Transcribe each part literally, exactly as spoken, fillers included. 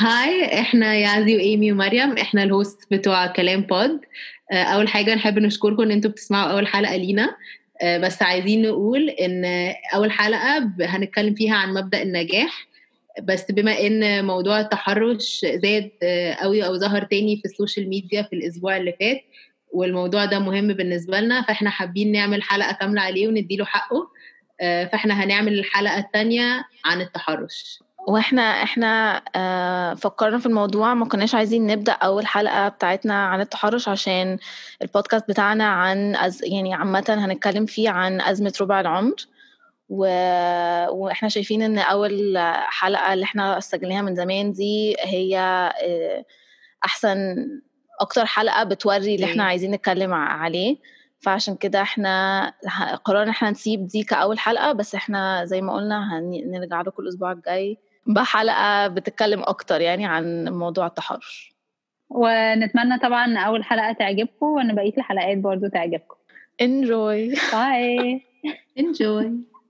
هاي، احنا يعزي وايمي ومريم، احنا الهوست بتوع كلام بود. اول حاجه نحب نشكركم ان انتوا بتسمعوا اول حلقه لينا. بس عايزين نقول ان اول حلقه هنتكلم فيها عن مبدأ النجاح، بس بما ان موضوع التحرش زاد قوي او ظهر تاني في السوشيال ميديا في الاسبوع اللي فات، والموضوع ده مهم بالنسبه لنا، فاحنا حابين نعمل حلقه كامله عليه ونديله حقه. فاحنا هنعمل الحلقه الثانيه عن التحرش. واحنا احنا آه فكرنا في الموضوع، ما كناش عايزين نبدأ اول حلقة بتاعتنا عن التحرش عشان البودكاست بتاعنا عن أز يعني عامة هنتكلم فيه عن أزمة ربع العمر، و... واحنا شايفين ان اول حلقة اللي احنا سجلناها من زمان دي هي آه احسن اكتر حلقة بتوري اللي احنا عايزين نتكلم عليه. فعشان كده احنا قررنا احنا نسيب دي كأول حلقة، بس احنا زي ما قلنا هنرجع لكم الاسبوع الجاي بحلقة بتتكلم اكتر يعني عن موضوع التحرش. ونتمنى طبعا اول حلقة تعجبكم وان بقية الحلقات برضو تعجبكم. enjoy bye enjoy.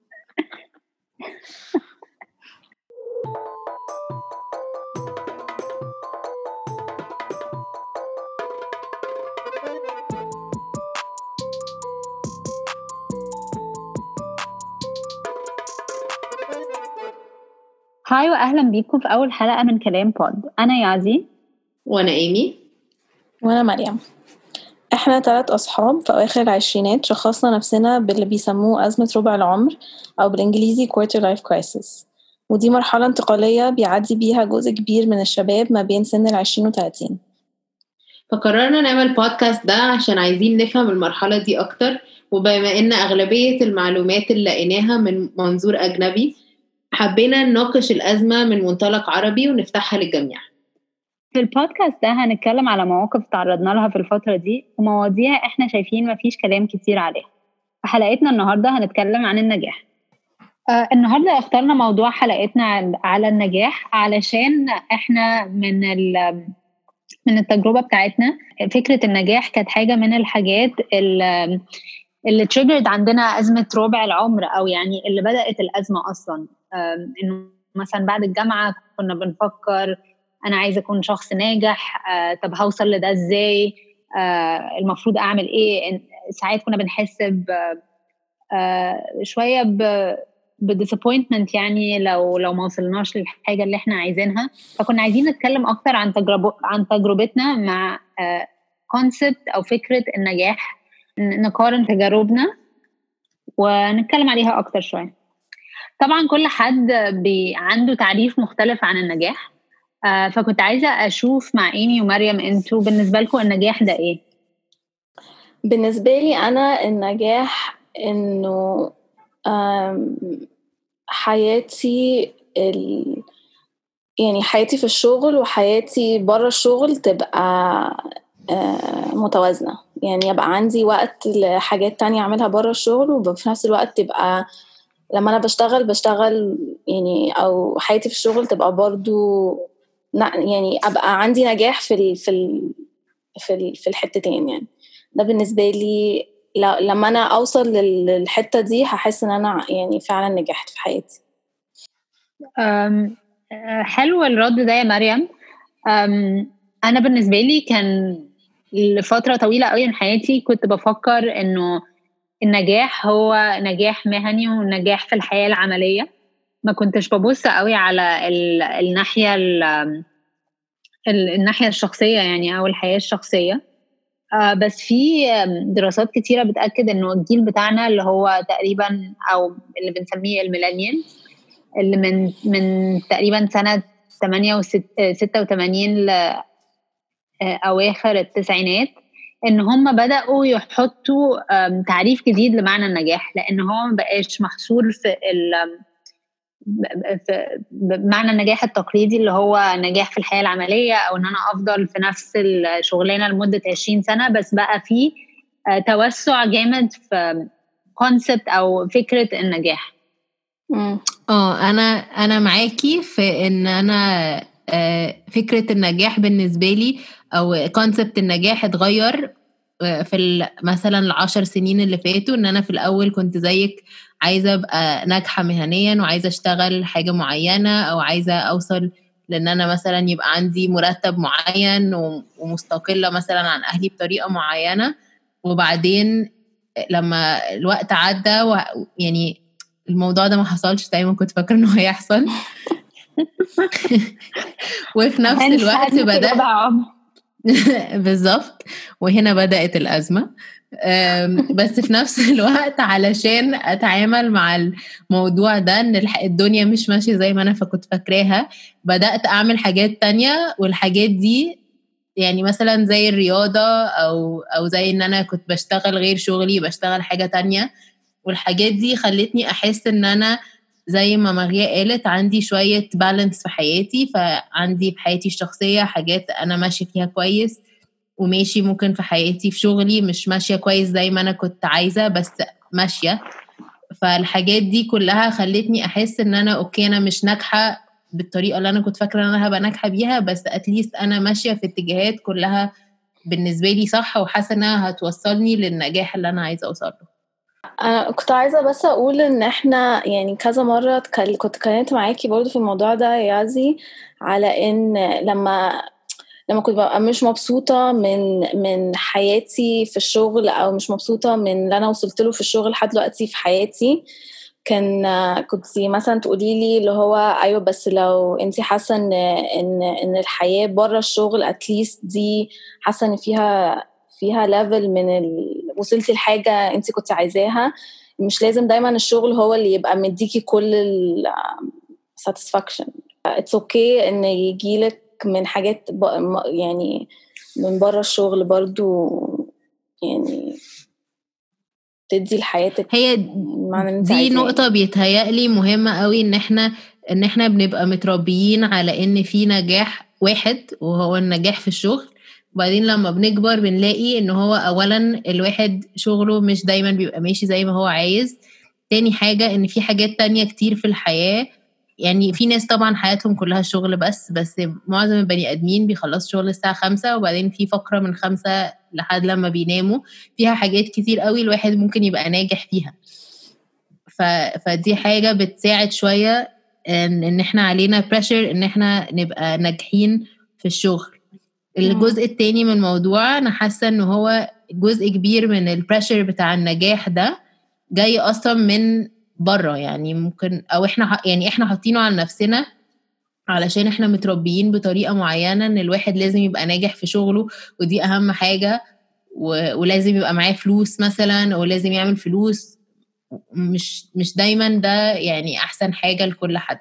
هاي واهلا بيكم في اول حلقه من كلام بود. انا يعزي، وانا ايمي، وانا مريم. احنا ثلاث اصحاب في اواخر العشرينات شخصنا نفسنا باللي بيسموه ازمه ربع العمر او بالانجليزي quarter life crisis، ودي مرحله انتقاليه بيعدي بيها جزء كبير من الشباب ما بين سن العشرين وثلاثين. فقررنا نعمل بودكاست ده عشان عايزين نفهم المرحله دي اكتر، وبما ان اغلبيه المعلومات اللي لقيناها من منظور اجنبي حبينا نناقش الأزمة من منطلق عربي ونفتحها للجميع. في البودكاست ده هنتكلم على مواقف تعرضنا لها في الفترة دي ومواضيع احنا شايفين مفيش كلام كتير عليها. في حلقتنا النهاردة هنتكلم عن النجاح. آه النهاردة اخترنا موضوع حلقتنا على النجاح علشان احنا من من التجربة بتاعتنا فكرة النجاح كانت حاجة من الحاجات اللي اللي تريجرد عندنا أزمة ربع العمر، أو يعني اللي بدأت الأزمة أصلا. إنه مثلا بعد الجامعة كنا بنفكر أنا عايزة أكون شخص ناجح، طب هوصل لده إزاي، المفروض أعمل إيه. ساعات كنا بنحس شوية بديسابوينتمنت يعني لو لو ما وصلناش للحاجة اللي إحنا عايزينها. فكنا عايزين نتكلم أكتر عن تجربة عن تجربتنا مع كونسبت أو فكرة النجاح، نقارن تجاربنا ونتكلم عليها أكتر شوية. طبعا كل حد عنده تعريف مختلف عن النجاح، آه فكنت عايزة أشوف مع إيمي ومريم أنتوا بالنسبة لكم النجاح ده إيه؟ بالنسبة لي أنا النجاح إنه حياتي ال... يعني حياتي في الشغل وحياتي برا الشغل تبقى متوازنة، يعني يبقى عندي وقت لحاجات تانية أعملها برا الشغل، وفي نفس الوقت تبقى لما أنا بشتغل بشتغل يعني أو حياتي في الشغل تبقى برضو يعني أبقى عندي نجاح في ال في ال في ال في الحتتين. يعني ده بالنسبة لي لما أنا أوصل للحتة دي هحس إن أنا يعني فعلا نجحت في حياتي. حلو الرد ده يا مريم. أنا بالنسبة لي كان لفترة طويلة قوي من حياتي كنت بفكر إنه النجاح هو نجاح مهني ونجاح في الحياة العملية. ما كنتش ببص قوي على الناحية الناحية الشخصية يعني أو الحياة الشخصية. آه بس في دراسات كتيرة بتأكد إنه الجيل بتاعنا اللي هو تقريبا أو اللي بنسميه الميلينيال اللي من من تقريبا سنة ثمانية وستة وثمانين لأواخر التسعينات، إن هم بدأوا يحطوا تعريف جديد لمعنى النجاح، لأن هو ما بقاش محصور في بمعنى النجاح التقليدي اللي هو نجاح في الحياة العملية أو إن أنا أفضل في نفس الشغلانة لمدة عشرين سنة، بس بقى في توسع جامد في كونسبت أو فكرة النجاح. اه أنا أنا معاكي في إن أنا فكرة النجاح بالنسبة لي أو كونسبت النجاح اتغير في مثلا العشر سنين اللي فاتوا. إن أنا في الأول كنت زيك عايزة أبقى ناجحة مهنيا وعايزة أشتغل حاجة معينة أو عايزة أوصل لان انا مثلا يبقى عندي مرتب معين ومستقلة مثلا عن اهلي بطريقة معينة، وبعدين لما الوقت عدى و... يعني الموضوع ده ما حصلش زي ما كنت فاكرة انه هيحصل. وفي نفس الوقت بدأت بالظبط، وهنا بدأت الأزمة. بس في نفس الوقت علشان أتعامل مع الموضوع ده إن الدنيا مش ماشية زي ما أنا فكنت فاكراها، بدأت أعمل حاجات تانية، والحاجات دي يعني مثلا زي الرياضة أو, أو زي إن أنا كنت بشتغل غير شغلي بشتغل حاجة تانية، والحاجات دي خلتني أحس إن أنا زي ما مغية قالت عندي شوية بالانس في حياتي، فعندي في حياتي الشخصية حاجات أنا ماشية فيها كويس، وماشي ممكن في حياتي في شغلي مش ماشية كويس زي ما أنا كنت عايزة بس ماشية. فالحاجات دي كلها خلتني أحس إن أنا أوكي أنا مش ناجحة بالطريقة اللي أنا كنت فاكرة إن أنا هبقى ناجحة بيها، بس أتليست أنا ماشية في اتجاهات كلها بالنسبة لي صح، وحاسة إنها هتوصلني للنجاح اللي أنا عايزة أوصله. أنا كنت عايزة بس أقول إن إحنا يعني كذا مرة كنت كلمت معاكي برضو في الموضوع ده يا عزي، على إن لما لما كنت ببقى مش مبسوطة من من حياتي في الشغل، أو مش مبسوطة من اللي أنا وصلت له في الشغل لحد دلوقتي في حياتي، كان كنت مثلا تقولي لي اللي هو أيوة بس لو أنتي حاسة إن إن إن الحياة بره الشغل أتليست دي حاسة إن فيها فيها ليفل من ال... وصلتي لحاجة أنتي كنت عايزاها، مش لازم دايما الشغل هو اللي يبقى مديكي كل ال satisfaction. it's okay إن يجيلك من حاجات ب... يعني من بره الشغل برضو، يعني تدي لحياتك. هي دي نقطة بيتهيألي مهمة قوي، إن إحنا إن إحنا بنبقى متربيين على إن في نجاح واحد وهو النجاح في الشغل، وبعدين لما بنكبر بنلاقي إن هو أولا الواحد شغله مش دايما بيبقى ماشي زي ما هو عايز، تاني حاجة إن في حاجات تانية كتير في الحياة، يعني في ناس طبعا حياتهم كلها شغل بس بس معظم البني آدمين بيخلص شغل الساعة خمسة، وبعدين في فقرة من خمسة لحد لما بيناموا فيها حاجات كتير قوي الواحد ممكن يبقى ناجح فيها. ف... فدي حاجة بتساعد شوية إن, إن إحنا علينا بريشر إن إحنا نبقى ناجحين في الشغل. الجزء التاني من الموضوع أنا حاسة إنه هو جزء كبير من البريشر بتاع النجاح ده جاي أصلا من بره، يعني ممكن أو إحنا يعني إحنا حاطينه على نفسنا علشان إحنا متربيين بطريقة معينة إن الواحد لازم يبقى ناجح في شغله ودي أهم حاجة، و... ولازم يبقى معاه فلوس مثلا ولازم يعمل فلوس، مش مش دايما ده يعني احسن حاجة لكل حد.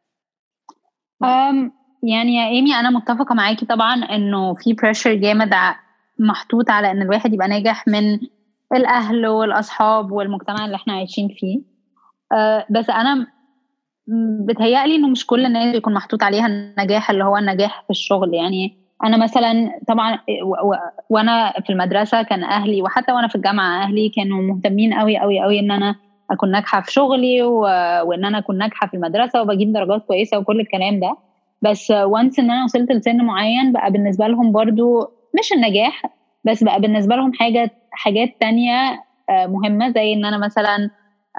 أم يعني يا ايمي انا متفقة معاكي طبعا انه في بريشر جامد محطوط على ان الواحد يبقى ناجح من الاهل والاصحاب والمجتمع اللي احنا عايشين فيه، أه بس انا بتهيألي انه مش كل الناس بيكون محطوط عليها النجاح اللي هو النجاح في الشغل. يعني انا مثلا طبعا و- و- وانا في المدرسة كان اهلي وحتى وانا في الجامعة اهلي كانوا مهتمين قوي قوي قوي ان انا اكون ناجحة في شغلي و... وان انا اكون ناجحة في المدرسة وبجيب درجات كويسة وكل الكلام ده، بس وانس ان انا وصلت لسن معين بقى بالنسبة لهم برضو مش النجاح، بس بقى بالنسبة لهم حاجة حاجات تانية مهمة، زي ان انا مثلا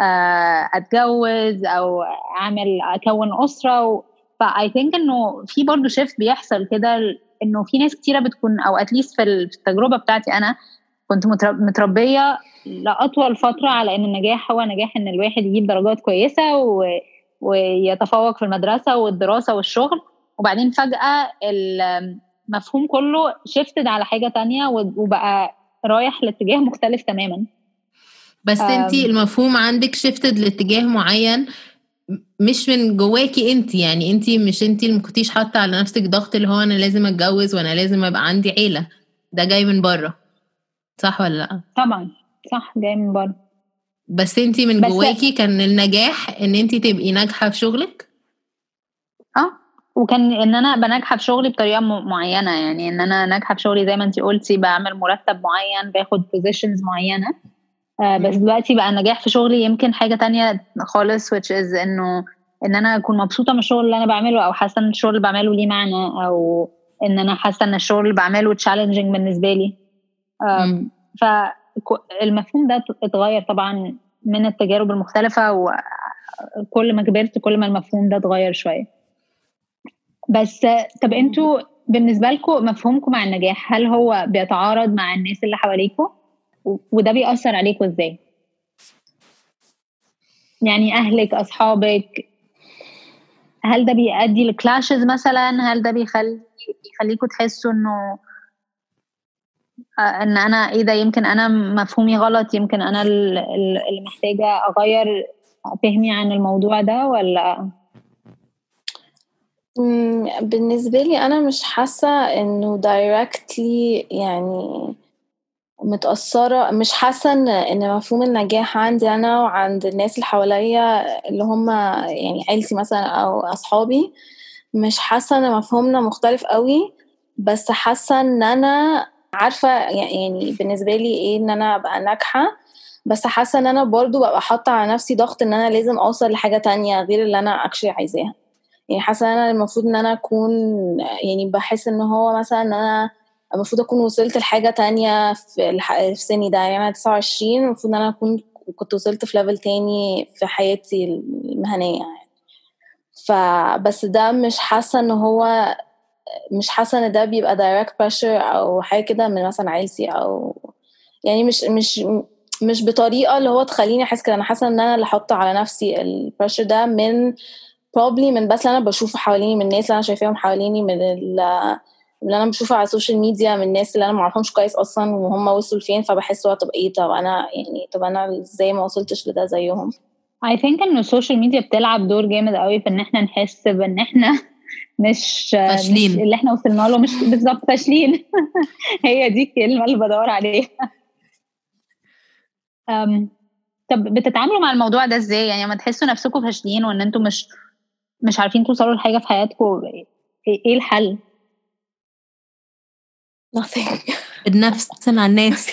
اتجوز او اعمل اكون اسره. فاي ثينك انه في برضو شيفت بيحصل كده، انه في ناس كتيره بتكون او اتليست في التجربه بتاعتي انا كنت متربيه لاطول فتره على ان النجاح هو نجاح ان الواحد يجيب درجات كويسه و... ويتفوق في المدرسه والدراسه والشغل، وبعدين فجاه المفهوم كله شيفتد على حاجه تانية وبقى رايح لاتجاه مختلف تماما. بس انتي المفهوم عندك شفتد لاتجاه معين مش من جواكي انتي، يعني انتي مش انتي اللي مكنتيش حاطه على نفسك ضغط اللي هو انا لازم اتجوز وانا لازم ابقى عندي عيله، ده جاي من بره صح ولا لا؟ طبعا صح جاي من بره، بس انتي من جواكي كان النجاح ان انتي تبقي ناجحه في شغلك. اه وكان ان انا بناجحه في شغلي بطريقه معينه، يعني ان انا ناجحه في شغلي زي ما انتي قلتي بعمل مرتب معين باخد بوزيشنز معينه. آه بس دلوقتي بقى النجاح في شغلي يمكن حاجه تانية خالص، which is انه ان انا اكون مبسوطه من الشغل اللي انا بعمله، او حاسه ان الشغل اللي بعمله ليه معنى، او ان انا حاسه ان الشغل اللي بعمله تشالنجينج بالنسبه لي. فالمفهوم ده اتغير طبعا من التجارب المختلفه، وكل ما كبرت كل ما المفهوم ده اتغير شويه. بس طب انتوا بالنسبة لكم مفهومكم مع النجاح هل هو بيتعارض مع الناس اللي حواليكم وده بيأثر عليكم ازاي؟ يعني أهلك أصحابك هل ده بيؤدي لكلاشز مثلا؟ هل ده بيخلي يخليكم تحسوا انه ان انا ايه ده يمكن انا مفهومي غلط يمكن انا اللي محتاجة اغير فهمي عن الموضوع ده ولا؟ بالنسبة لي أنا مش حاسة إنه directly يعني متأثرة مش حاسة إن مفهوم النجاح عندي أنا وعند الناس اللي حواليا اللي هم يعني عيلتي مثلا أو أصحابي مش حاسة إن مفهومنا مختلف قوي بس حاسة إن أنا عارفة يعني بالنسبة لي إيه إن أنا أبقى ناجحة بس حاسة إن أنا برضو ببقى حاطة على نفسي ضغط إن أنا لازم أوصل لحاجة تانية غير اللي أنا أكشلي عايزاها يعني حاسة أنا المفروض إن أنا أكون يعني بحس إن هو مثلا إن أنا المفروض أكون وصلت لحاجة تانية في, الح... في سني ده يعني أنا تسعة وعشرين المفروض إن أنا أكون كنت وصلت في ليفل تاني في حياتي المهنية يعني فبس ده مش حاسة إن هو مش حاسة إن ده بيبقى direct pressure أو حاجة كده من مثلا عيلتي أو يعني مش مش مش بطريقة اللي هو تخليني أحس كده أنا حاسة إن أنا اللي حاطة على نفسي البريشر ده من probably من بس أنا بشوفه حواليني من الناس اللي أنا شايفاهم حواليني من اللي أنا بشوفه على السوشيال ميديا من الناس اللي أنا معرفهمش كويس أصلا وهم وصلوا فين فبحس هو طب إيه طب أنا يعني طب أنا إزاي ما وصلتش لده زيهم. I think إنه السوشيال ميديا بتلعب دور جامد قوي في إن إحنا نحس بإن إحنا مش فاشلين. مش اللي إحنا وصلنا له مش بالظبط فاشلين. هي دي الكلمة اللي بدور عليها. um, طب بتتعاملوا مع الموضوع ده إزاي يعني ما تحسوا نفسكم فاشلين وإن أنتوا مش مش عارفين توصلوا لحاجة في حياتكم إيه الحل؟ nothing. النفس مع الناس.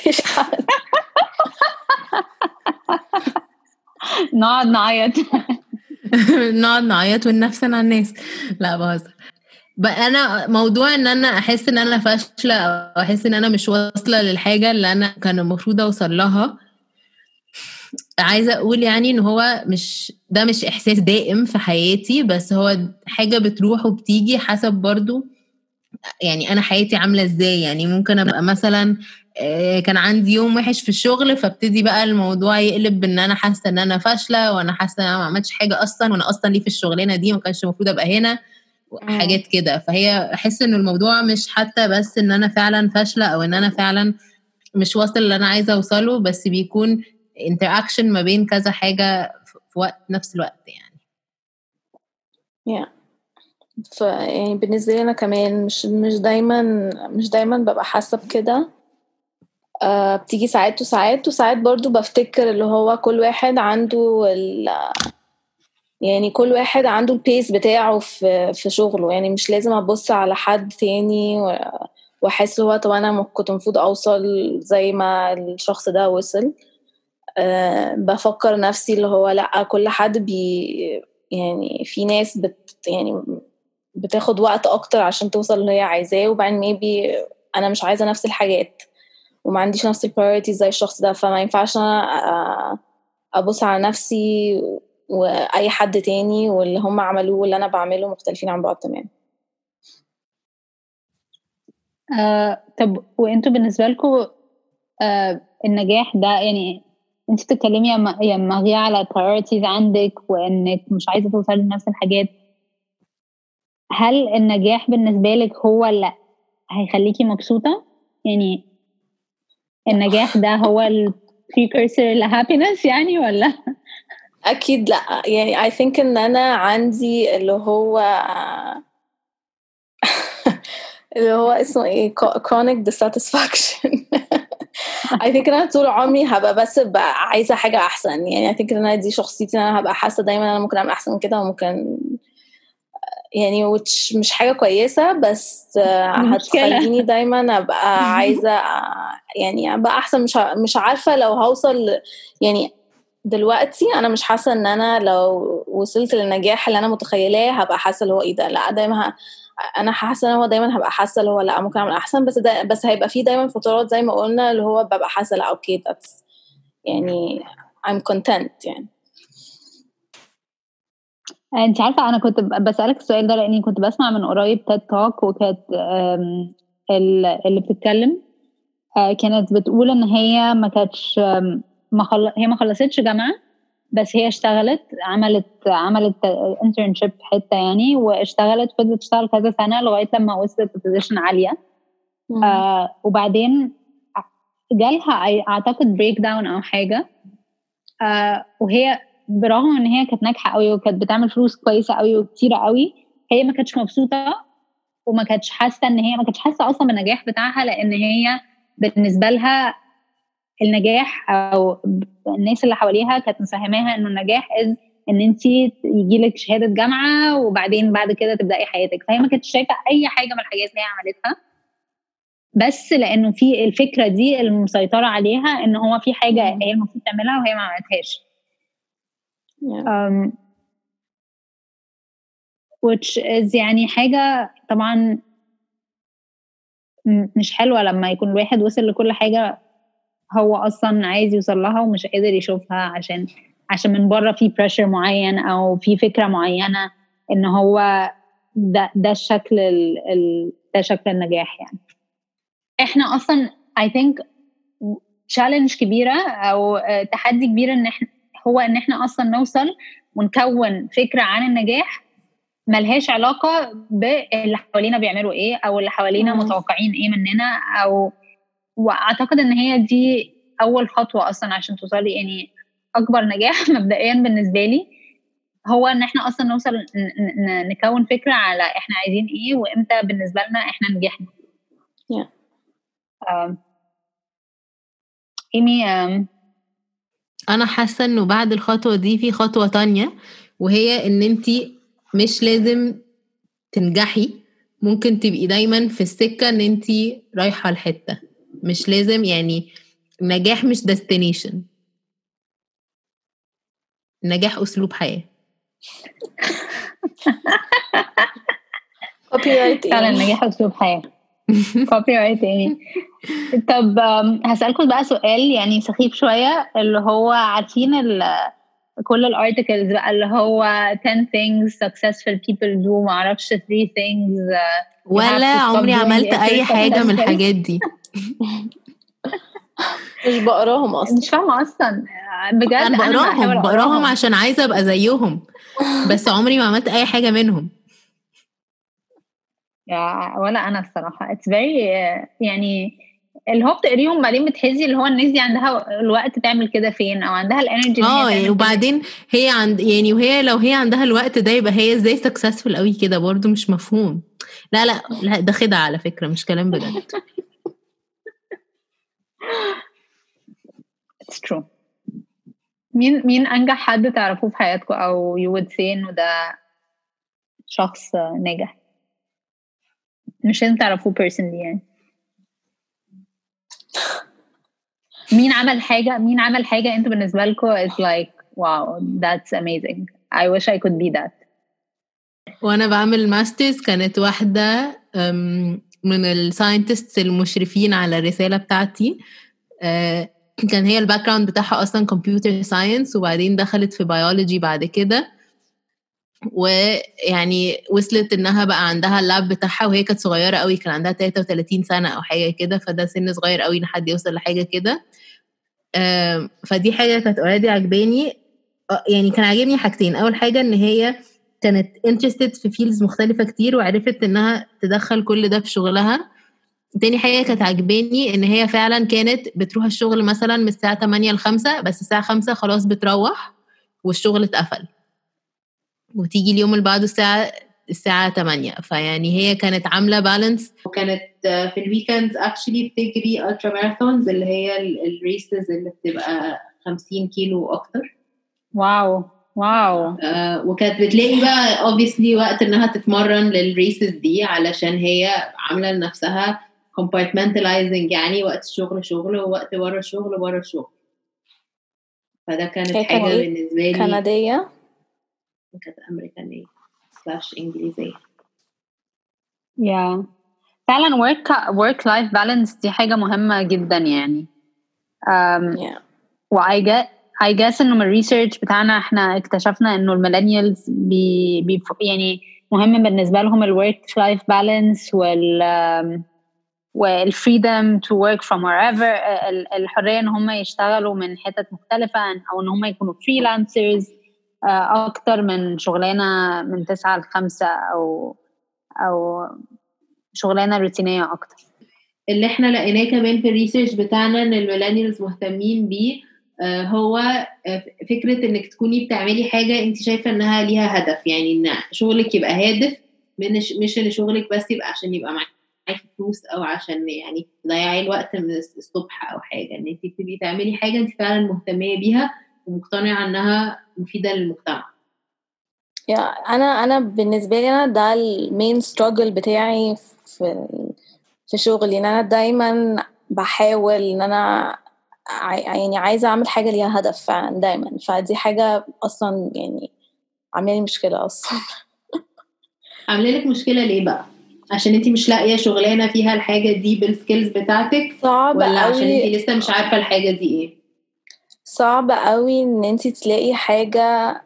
نقعد نعيط. نقعد نعيط والنفس مع الناس. لا بهزر. بقى انا موضوع ان انا احس ان انا فاشله او احس ان انا مش واصله للحاجه اللي انا كان المفروض اوصل لها عايزه اقول يعني ان هو مش ده مش احساس دائم في حياتي بس هو حاجه بتروح وبتيجي حسب برضو يعني انا حياتي عامله ازاي يعني ممكن ابقى مثلا كان عندي يوم وحش في الشغل فابتدي بقى الموضوع يقلب بان انا حاسه ان انا فاشله وانا حاسه ان انا ما عملتش حاجه اصلا وانا اصلا ليه في الشغلانه دي ما كانش المفروض ابقى هنا حاجات كده فهي احس ان الموضوع مش حتى بس ان انا فعلا فاشله او ان انا فعلا مش واصل اللي انا عايزه اوصله بس بيكون interaction ما بين كذا حاجه في وقت نفس الوقت يعني. yeah. ف يعني بالنسبه لي انا كمان مش مش دايما مش دايما ببقى حاسه بكده أه بتيجي ساعات وساعات وساعات برضو بفتكر اللي هو كل واحد عنده ال يعني كل واحد عنده البيس بتاعه في في شغله يعني مش لازم ابص على حد تاني واحس هو طب انا كنت المفروض اوصل زي ما الشخص ده وصل أه بفكر نفسي اللي هو لا كل حد بي يعني في ناس بت يعني بتاخد وقت اكتر عشان توصل اللي هي عايزاه وبعدين ميبي انا مش عايزه نفس الحاجات وما عنديش نفس البرايورتيز زي الشخص ده فما ينفعش انا ابص على نفسي واي حد تاني واللي هم عملوه واللي انا بعمله مختلفين عن بعض تمام. آه، طب وانتوا بالنسبه لكم آه، النجاح ده يعني انت بتتكلمي يا مغية على priorities عندك وانك مش عايزه توصلي لنفس الحاجات هل النجاح بالنسبه لك هو اللي هيخليكي مبسوطه يعني النجاح ده هو ال precursor ل happiness يعني ولا؟ اكيد لا يعني I think ان انا عندي اللي هو اللي هو اسمه ايه chronic dissatisfaction. I think ان انا طول عمري هبقى بس بقى عايزه حاجه احسن يعني I think ان انا دي شخصيتي ان انا هبقى حاسه دايما انا ممكن اعمل احسن من كده وممكن يعني which مش حاجه كويسه بس هتخليني دايما ابقى عايزه يعني ابقى احسن مش مش عارفه لو هوصل يعني دلوقتي انا مش حاسه ان انا لو وصلت للنجاح اللي انا متخيلاه هبقى حاسه اللي هو ايه ده لا دايما ه... انا حاسه ان هو دايما هبقى حاسه اللي هو لا ممكن اعمل احسن بس ده بس هيبقى فيه دايما فترات زي ما قلنا اللي هو ببقى حاسه لا اوكي that's يعني I'm content يعني. انت عارفه انا كنت بسالك السؤال ده لاني كنت بسمع من قريب تيد توك، وكانت اللي بتتكلم كانت بتقول ان هي ما كانتش ما خل... هي ما خلصتش جامعه، بس هي اشتغلت عملت عملت انترنشيب في حته يعني، واشتغلت فضلت تشتغل كذا سنه لغايه لما وصلت لبوزيشن عاليه. آه وبعدين جالها اعتقد بريك داون او حاجه، آه وهي برغم ان هي كانت ناجحه قوي وكانت بتعمل فلوس كويسه قوي وكتيره قوي، هي ما كانتش مبسوطه وما كانتش حاسه ان هي ما كانتش حاسه اصلا بالنجاح بتاعها، لان هي بالنسبه لها النجاح او الناس اللي حواليها كانت مفهماها انه النجاح از ان انت يجي لك شهاده جامعه وبعدين بعد كده تبداي حياتك. فهي ما كانتش شايفه اي حاجه من الحاجات اللي هي عملتها، بس لانه في الفكره دي المسيطره عليها ان هو في حاجه هي المفروض تعملها وهي ما عملتهاش. yeah. um, which is يعني حاجه طبعا مش حلوه لما يكون الواحد وصل لكل حاجه هو اصلا عايز يوصل لها ومش قادر يشوفها عشان عشان من بره في بريشر معين او في فكره معينه ان هو ده ده الشكل ال ده شكل النجاح. يعني احنا اصلا I think challenge كبيره او تحدي كبير ان احنا هو ان احنا اصلا نوصل ونكون فكره عن النجاح ملهاش علاقه باللي حوالينا بيعملوا ايه او اللي حوالينا متوقعين ايه مننا، او واعتقد ان هي دي اول خطوه اصلا عشان توصلي. يعني اكبر نجاح مبدئيا بالنسبه لي هو ان احنا اصلا نوصل نكون فكره على احنا عايزين ايه وامتى بالنسبه لنا احنا نجحنا. yeah. um, إيمي um, انا حاسه انه بعد الخطوه دي في خطوه تانية، وهي ان انتي مش لازم تنجحي، ممكن تبقي دايما في السكه ان انتي رايحه لحته، مش لازم يعني النجاح مش destination، النجاح اسلوب حياه. copyright فعلا النجاح اسلوب حياه. copyright يعني. طب هسألكم بقى سؤال يعني سخيف شويه، اللي هو عارفين كل الارتكلز بقى اللي هو ten things successful people do، معرفش three things uh, ولا عمري عملت اي حاجه من الحاجات دي. مش بقراهم اصلا، مش فاهمه اصلا بجد. انا بقراهم أنا بقراهم عشان عايزه ابقى زيهم، بس عمري ما عملت اي حاجه منهم. يا ولا انا الصراحه it's very يعني اللي هو بتقريهم بعدين بتحسي اللي هو الناس دي عندها الوقت تعمل كده فين، او عندها الانرجي ان هي تعمل. وبعدين هي عند يعني وهي لو هي عندها الوقت ده يبقى هي ازاي سكسسفل قوي كده؟ برضو مش مفهوم. لا لا لا ده خدعه على فكره، مش كلام بجد. it's true. مين مين انجح حد تعرفوه في حياتكم او you would say انه ده شخص ناجح؟ مش لازم تعرفوه personally يعني. مين عمل حاجة مين عمل حاجة انتوا بالنسبة لكم is like wow that's amazing I wish I could be that. وانا بعمل ماسترز كانت واحدة من الساينتستس المشرفين على الرسالة بتاعتي، كان هي الباك جراوند بتاعها اصلا كمبيوتر ساينس، وبعدين دخلت في بيولوجي بعد كده، ويعني وصلت انها بقى عندها اللاب بتاعها وهي كانت صغيرة قوي، كان عندها ثلاثة وثلاثين سنة او حاجة كده، فده سن صغير قوي لحد يوصل لحاجة كده. فدي حاجة كانت اوريدي عجباني. يعني كان عاجبني حاجتين، اول حاجة ان هي كانت interested في فيلدز مختلفة كتير وعرفت انها تدخل كل ده في شغلها. تاني حاجة كانت عجباني ان هي فعلا كانت بتروح الشغل مثلا من الساعة تمانية لخمسة، بس الساعة خمسة خلاص بتروح والشغل اتقفل، وتيجي اليوم اللي بعده الساعة الساعة تمانية. فيعني هي كانت عاملة بالانس، وكانت في الويكندز actually بتجري ultra marathons اللي هي الريسز اللي بتبقى خمسين كيلو وأكتر. واو واو. آه وكانت بتلاقي بقى obviously وقت انها تتمرن للريسز دي، علشان هي عاملة لنفسها compartmentalizing، يعني وقت الشغل شغل ووقت بره الشغل بره الشغل. فده كانت حاجة إيه؟ بالنسبة لي كندية، كانت أمريكانية سلاش إنجليزية. yeah. فعلا work work life balance دي حاجة مهمة جدا يعني. um, yeah. و I get I guess إنه من الريسيرش بتاعنا إحنا اكتشفنا إنه الميلينيالز بي, بي يعني مهم بالنسبة لهم الwork life balance وال والfreedom to work from wherever, الحرية إن هم يشتغلوا من حتت مختلفة أو إن هم يكونوا freelancers أكتر من شغلانة من تسعة لخمسة أو أو شغلانة روتينية أكتر. اللي إحنا لقيناه كمان في الريسيرش بتاعنا إن الميلينيالز مهتمين بيه هو فكرة إنك تكوني بتعملي حاجة أنت شايفة إنها ليها هدف, يعني إن شغلك يبقى هادف, مش إن شغلك بس يبقى عشان يبقى معاكي فلوس أو عشان يعني تضيعي الوقت من الصبح أو حاجة, إن أنت تبقي تعملي حاجة أنت فعلا مهتمية بيها ومقتنعة إنها مفيدة للمجتمع. يا أنا أنا بالنسبة لي أنا ده المين ستراجل بتاعي في في شغلي, إن أنا دايما بحاول إن أنا يعني عايزة أعمل حاجة ليها هدف فعلا دايما, فدي حاجة أصلا يعني عاملة لي مشكلة أصلا. عاملة لك مشكلة ليه بقى؟ عشان انتي مش لاقية شغلانة فيها الحاجة دي بالسكيلز بتاعتك, صعب ولا قوي. عشان انتي لسه مش عارفة الحاجة دي ايه؟ صعب قوي ان انتي تلاقي حاجة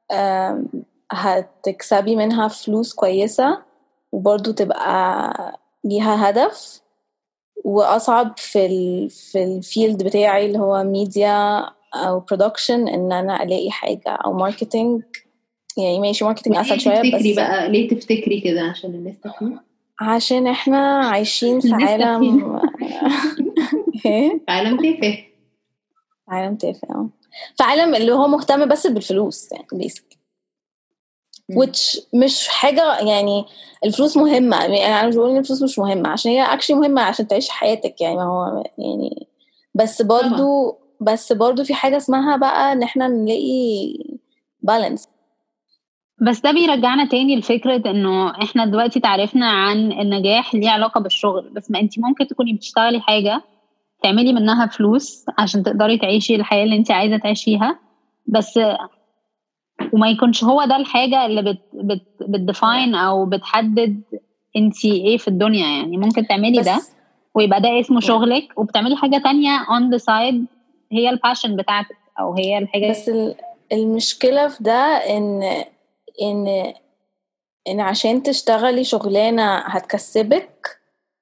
هتكسبي منها فلوس كويسة وبرضو تبقى ليها هدف, واصعب في ال في الفيلد بتاعي اللي هو ميديا او برودكشن ان انا الاقي حاجة او ماركتينج. يعني ماشي ماركتينج اسهل شوية, تفتكري بس بقى ليه تفتكري كده عشان الناس تفهم؟ عشان احنا عايشين في عالم في عالم تافه, عالم تافه في عالم اللي هو مهتم بس بالفلوس يعني بيسك, which مش حاجة يعني الفلوس مهمة, يعني أنا مش بقول إن الفلوس مش مهمة عشان هي actually مهمة عشان تعيش حياتك يعني, ما هو يعني بس برضو طبعا. بس برضو في حاجة اسمها بقى إن إحنا نلاقي balance. بس ده بيرجعنا تاني لفكرة إنه إحنا دلوقتي تعرفنا عن النجاح ليه علاقة بالشغل, بس ما أنتي ممكن تكوني بتشتغلي حاجة تعملي منها فلوس عشان تقدري تعيشي الحياة اللي أنتي عايزة تعيشيها, بس وما يكونش هو ده الحاجة اللي بت بت بتدفاين أو بتحدد أنتي إيه في الدنيا. يعني ممكن تعملي ده ويبقى ده اسمه شغلك, وبتعملي حاجة تانية on the side هي الباشن بتاعتك أو هي الحاجة. بس المشكلة في ده إن إن إن عشان تشتغلي شغلانة هتكسبك,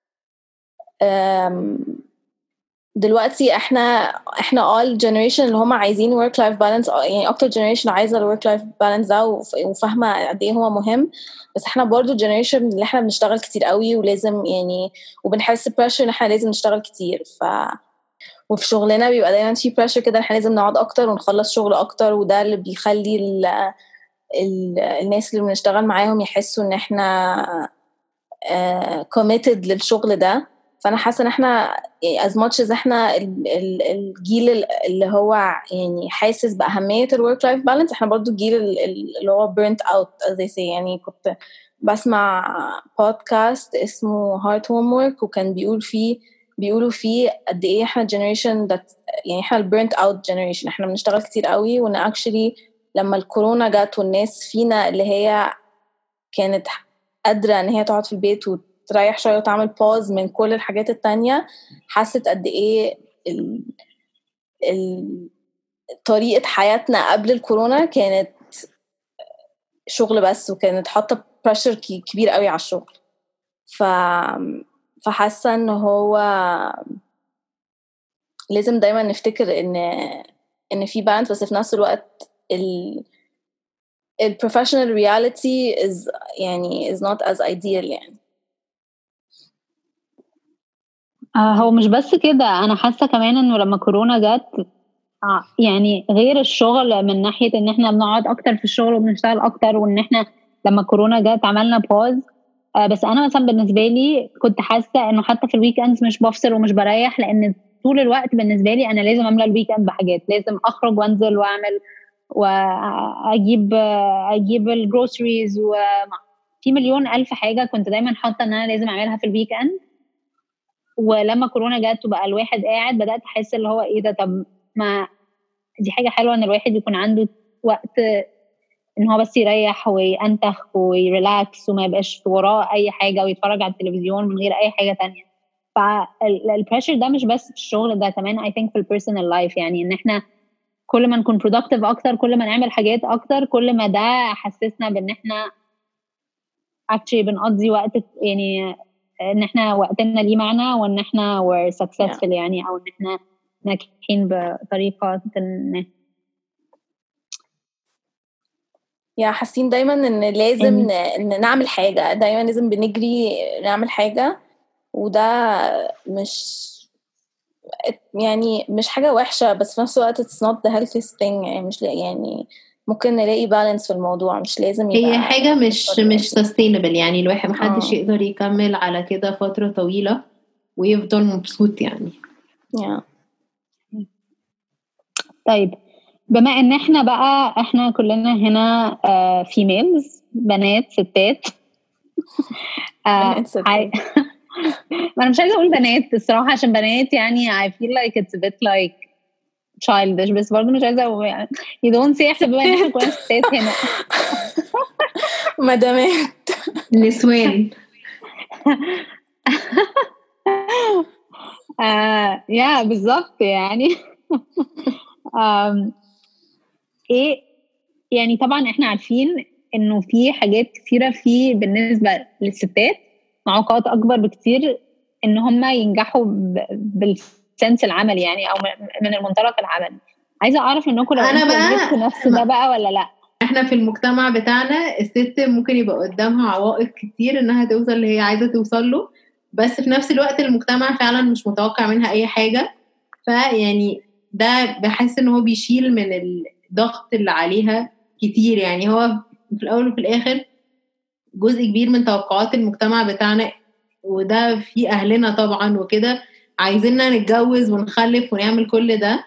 دلوقتي احنا احنا all generation اللي هم عايزين work life balance, يعني اكتر generation عايزة ال work life balance ده وفاهمة قد ايه هو مهم, بس احنا برضو generation اللي احنا بنشتغل كتير قوي ولازم يعني وبنحس pressure ان احنا لازم نشتغل كتير, ف وفي شغلنا بيبقى دايما في pressure كده احنا لازم نقعد اكتر ونخلص شغل اكتر, وده اللي بيخلي ال ال الناس اللي بنشتغل معاهم يحسوا ان احنا uh, committed للشغل ده. فانا حاسه ان احنا as much as احنا الجيل اللي هو يعني حاسس باهميه الورك لايف بالانس, احنا برضو الجيل اللي هو burnt out as they say. يعني كنت بسمع بودكاست اسمه Heart Homework, وكان بيقول فيه بيقولوا فيه قد ايه احنا generation that يعني احنا ال burnt out generation, احنا بنشتغل كتير قوي, وان actually لما الكورونا جت والناس فينا اللي هي كانت قادره ان هي تقعد في البيت تريح شوية وتعمل باوز من كل الحاجات التانية, حست قد ايه ال... ال... طريقة حياتنا قبل الكورونا كانت شغل بس, وكانت حاطة بريشر كبير قوي على الشغل. ف... فحاسة ان هو لازم دايما نفتكر ان ان في بالانس, بس في نفس الوقت ال ال professional reality is يعني is not as ideal يعني. هو مش بس كده, انا حاسه كمان انه لما كورونا جت يعني غير الشغل من ناحيه ان احنا بنقعد اكتر في الشغل وبنشتغل اكتر, وان احنا لما كورونا جت عملنا باوز, بس انا مثلا بالنسبه لي كنت حاسه انه حتى في الويك اندز مش بفصل ومش بريح, لان طول الوقت بالنسبه لي انا لازم املى الويك اند بحاجات, لازم اخرج وانزل واعمل واجيب اجيب الجروسريز, وفي مليون الف حاجه كنت دايما حاطه ان انا لازم اعملها في الويك اند. ولما كورونا جت وبقى الواحد قاعد, بدأت أحس اللي هو إيه ده, طب ما دي حاجة حلوة إن الواحد يكون عنده وقت إن هو بس يريح وينتخ ويريلاكس وما يبقاش وراه أي حاجة ويتفرج على التلفزيون من غير أي حاجة تانية. فالبريشر ده مش بس في الشغل, ده كمان I think في البيرسونال لايف, يعني إن إحنا كل ما نكون productive اكتر، كل ما نعمل حاجات اكتر، كل ما ده حسسنا بان احنا actually بنقضي وقت، يعني ان احنا وقتنا ليه معنى، وان احنا we're successful yeah. يعني او ان احنا ناجحين بطريقة ما. يا حاسين دايما ان لازم ن... نعمل حاجة، دايما لازم بنجري نعمل حاجة، وده مش يعني مش حاجة وحشة، بس في نفس الوقت it's not the healthiest thing. يعني مش يعني ممكن نلاقي بالانس في الموضوع، مش لازم يبقى هي حاجة مش مش sustainable. يعني الواحد محدش آه. يقدر يكمل على كده فترة طويلة ويفضل مبسوط يعني. yeah. طيب بما ان احنا بقى احنا كلنا هنا uh, females، بنات ستات بنات ستات ما انا مش عايزه اقول بنات الصراحه، عشان بنات يعني I feel like it's a bit like childish، بس برضه مش عايزه اقول يعني you don't say احنا بما ان احنا كلنا ستات هنا مدامات نسوان آه يا بالظبط يعني um, ايه يعني طبعا احنا عارفين انه في حاجات كثيره في بالنسبه للستات معوقات اكبر بكتير ان هم ينجحوا بالسنس العملي يعني، او من المنطلق العملي. عايزه اعرف انكم لو انا بقى نفس ده بقى ولا لا. احنا في المجتمع بتاعنا الست ممكن يبقى قدامها عوائق كتير انها توصل اللي هي عايزه توصل له، بس في نفس الوقت المجتمع فعلا مش متوقع منها اي حاجه، فيعني ده بحس ان هو بيشيل من الضغط اللي عليها كتير. يعني هو في الاول وفي الاخر جزء كبير من توقعات المجتمع بتاعنا، وده في اهلنا طبعا وكده عايزيننا نتجوز ونخلف ونعمل كل ده،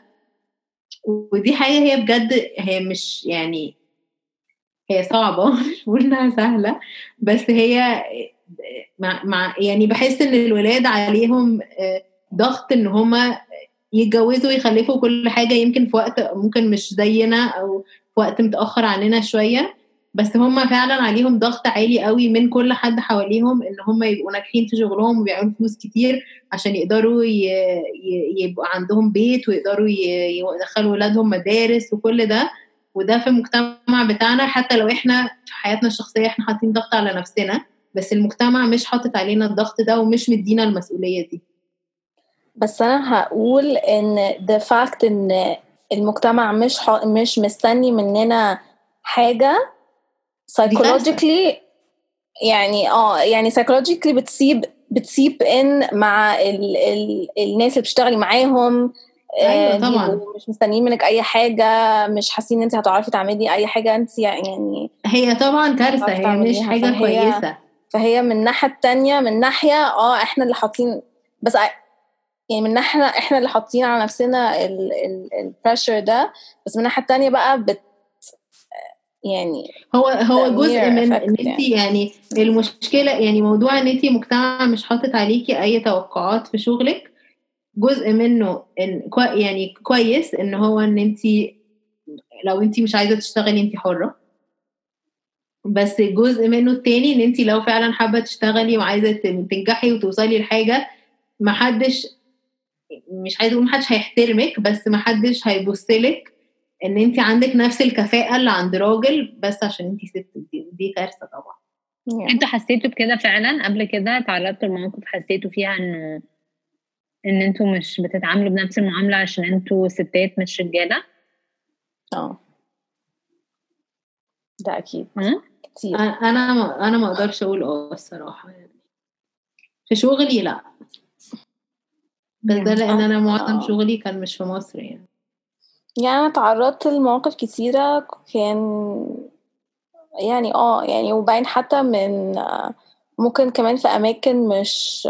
ودي حاجه هي بجد هي مش يعني هي صعبه مش بقول انها سهله، بس هي مع, مع يعني بحس ان الولاد عليهم ضغط ان هما يتجوزوا ويخلفوا كل حاجه، يمكن في وقت ممكن مش زينا او في وقت متاخر عننا شويه، بس هم فعلا عليهم ضغط عالي قوي من كل حد حواليهم ان هم يبقوا ناجحين في شغلهم وبيعملوا فلوس كتير عشان يقدروا يبقوا عندهم بيت ويقدروا يدخلوا ولادهم مدارس وكل ده. وده في المجتمع بتاعنا حتى لو احنا في حياتنا الشخصيه احنا حاطين ضغط على نفسنا، بس المجتمع مش حاطط علينا الضغط ده ومش مدينا المسؤوليه دي. بس انا هقول ان the fact ان المجتمع مش ح... مش مستني مننا حاجه psychologically، يعني اه يعني psychologically بتسيب بتسيب ان مع ال... ال... الناس اللي بتشتغلي معاهم. ايوه طبعا مش مستنيين منك اي حاجه، مش حاسين ان انت هتعرفي تعملي اي حاجه انت يعني. هي طبعا كارثه، هي مش حاجه فهي كويسه. فهي من الناحيه التانية، من ناحيه اه احنا اللي حاطين، بس يعني من ناحية احنا اللي حاطين على نفسنا البريشر ده، بس من الناحية التانية بقى بت يعني هو هو جزء من ان انت يعني المشكلة يعني موضوع ان انت مجتمع مش حاطط عليكي اي توقعات في شغلك، جزء منه ان كو يعني كويس ان هو ان انت لو انت مش عايزة تشتغلي انت حرة، بس جزء منه التاني ان انت لو فعلا حابة تشتغلي وعايزة تنجحي وتوصلي لحاجة، محدش مش عايزة اقول محدش هيحترمك، بس محدش هيبصلك ان انت عندك نفس الكفاءة اللي عند راجل بس عشان انت ست. دي, دي كارثة طبعا. yeah. انتوا حسيتوا بكده فعلا قبل كده؟ تعرضتوا لمواقف حسيتوا فيها انه ان انتوا مش بتتعاملوا بنفس المعاملة عشان انتوا ستات مش رجالة؟ اه ده اكيد كتير. انا ما انا ما اقدرش اقول اه الصراحة يعني في شغلي لا، بس ده لان انا معظم شغلي كان مش في مصر يعني. يعني انا تعرضت لمواقف كتيرة كان يعني اه يعني وبعدين حتى من ممكن كمان في اماكن مش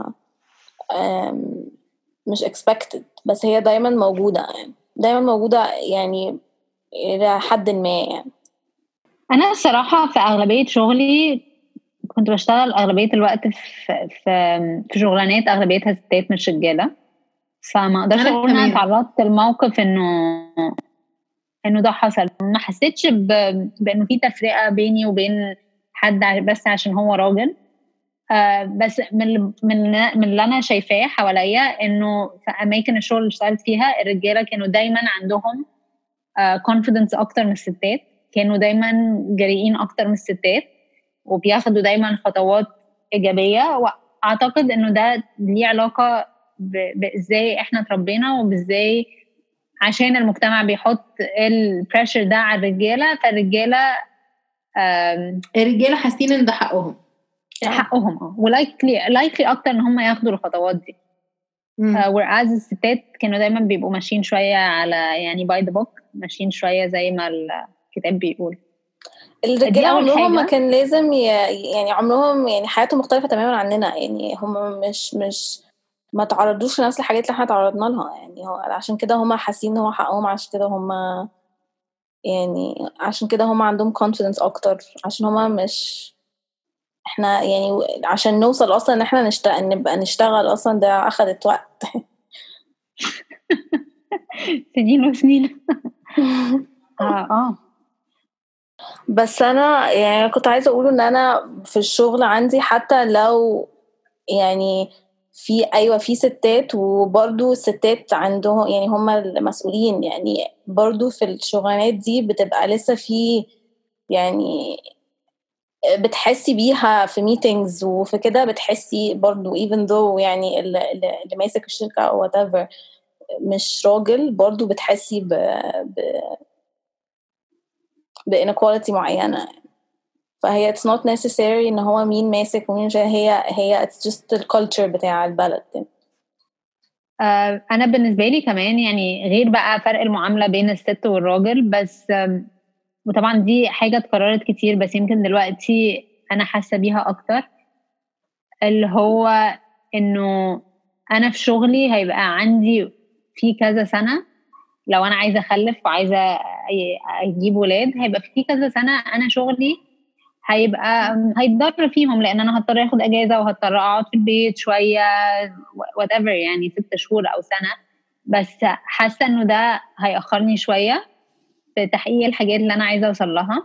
مش expected، بس هي دايما موجودة يعني دايما موجودة يعني الى حد ما. يعني انا الصراحة في اغلبية شغلي كنت بشتغل اغلبية الوقت في في في شغلانات اغلبيتها ستات مش رجالة، فما اقدرش اقول ان انا تعرضت للموقف انه انه ده حصل. ما حسيتش بانه في تفرقه بيني وبين حد بس عشان هو راجل. آه بس من من من اللي انا شايفاه حواليا انه في اماكن الشغل اللي اشتغلت فيها الرجاله كانوا دايما عندهم كونفيدنس اكتر من الستات، كانوا دايما جريئين اكتر من الستات وبياخدوا دايما خطوات ايجابيه. واعتقد انه ده ليه علاقه بازاي احنا اتربينا وبازاي عشان المجتمع بيحط البريشر ده على الرجاله، فالرجاله الرجاله حاسين ان ده حقهم حقهم اه ولايكلي لايكلي اكتر ان هم ياخدوا الخطوات دي. whereas uh, الستات كانوا دايما بيبقوا ماشيين شويه على يعني باي ذا بوك، ماشيين شويه زي ما الكتاب بيقول. الرجاله عمرهم ما كان لازم ي... يعني عمرهم يعني حياتهم مختلفه تماما عننا، يعني هم مش مش ما تعرضوش لنفس الحاجات اللي احنا تعرضنا لها، يعني هو عشان كده هم حاسين ان هو حقهم، عشان كده هم يعني عشان كده هم عندهم confidence اكتر، عشان هم مش احنا يعني عشان نوصل اصلا ان احنا نشتغل نبقى نشتغل اصلا ده اخذت وقت سنين وسنين. اه اه بس انا يعني كنت عايزه اقول ان انا في الشغل عندي حتى لو يعني في ايوه في ستات، وبرضو الستات عندهم يعني هم المسؤولين، يعني برضو في الشغلانات دي بتبقى لسه في يعني بتحسي بيها في ميتينجز وفي كده، بتحسي برضو even though يعني اللي, اللي ماسك الشركة او whatever مش راجل، برضو بتحسي ب ب بإنيكواليتي معينة. فهي it's not necessary ان هو مين ماسك ومين مش، هي هي it's just the culture بتاع البلد. آه انا بالنسبة لي كمان يعني غير بقى فرق المعاملة بين الست والراجل، بس وطبعا دي حاجة اتكررت كتير بس يمكن دلوقتي انا حاسة بيها اكتر، اللي هو انه انا في شغلي هيبقى عندي في كذا سنة، لو انا عايزة اخلف وعايزة اجيب ولاد هيبقى في كذا سنة انا شغلي هيبقى هيتضر فيهم، لان انا هضطر اخد اجازة وهضطر اقعد في البيت شوية whatever يعني ست شهور او سنة. بس حاسة انه ده هيأخرني شوية في تحقيق الحاجات اللي انا عايزة اوصل لها.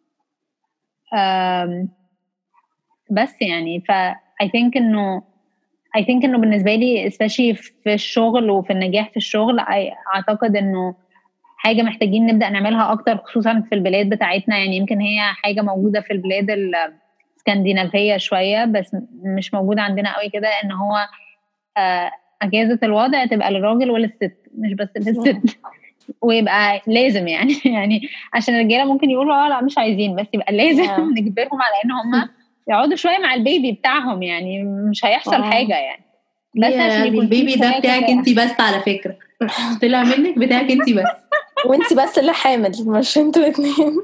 بس يعني ف I think انه I think انه بالنسبة لي especially في الشغل وفي النجاح في الشغل اعتقد انه حاجة محتاجين نبدأ نعملها اكتر، خصوصا في البلاد بتاعتنا. يعني يمكن هي حاجة موجودة في البلاد الاسكندنافية شوية بس مش موجودة عندنا قوي كده، ان هو اجازة الوضع تبقى للراجل وللست مش بس للست ويبقى لازم يعني يعني عشان الرجاله ممكن يقولوا اه لا مش عايزين، بس يبقى لازم yeah. نجبرهم على ان هم يقعدوا شويه مع البيبي بتاعهم، يعني مش هيحصل oh. حاجه يعني. بس عشان يكون البيبي ده بتاعك انت بس، على فكره طلع منك بتاعك انت بس وانت بس اللي حامل مش انتوا الاثنين.